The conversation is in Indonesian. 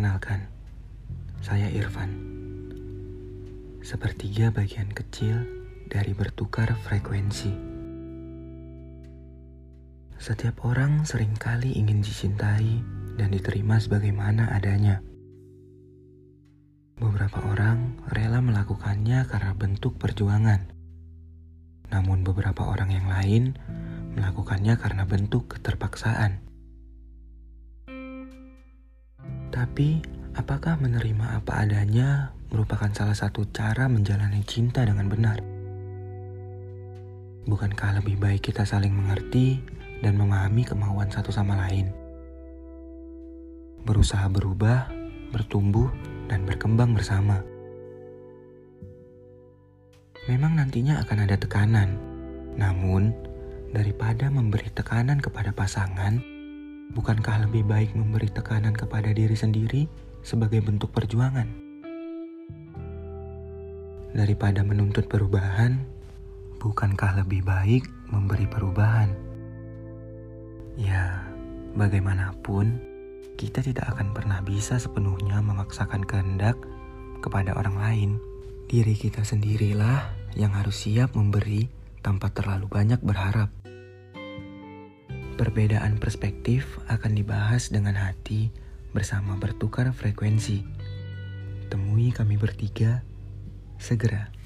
Perkenalkan, saya Irfan. Sepertiga bagian kecil dari bertukar frekuensi. Setiap orang seringkali ingin dicintai dan diterima sebagaimana adanya. Beberapa orang rela melakukannya karena bentuk perjuangan. Namun beberapa orang yang lain melakukannya karena bentuk keterpaksaan. Tapi, apakah menerima apa adanya merupakan salah satu cara menjalani cinta dengan benar? Bukankah lebih baik kita saling mengerti dan memahami kemauan satu sama lain? Berusaha berubah, bertumbuh, dan berkembang bersama. Memang nantinya akan ada tekanan, namun daripada memberi tekanan kepada pasangan, bukankah lebih baik memberi tekanan kepada diri sendiri sebagai bentuk perjuangan? Daripada menuntut perubahan, bukankah lebih baik memberi perubahan? Ya, bagaimanapun, kita tidak akan pernah bisa sepenuhnya memaksakan kehendak kepada orang lain. Diri kita sendirilah yang harus siap memberi tanpa terlalu banyak berharap. Perbedaan perspektif akan dibahas dengan hati bersama bertukar frekuensi. Temui kami bertiga segera.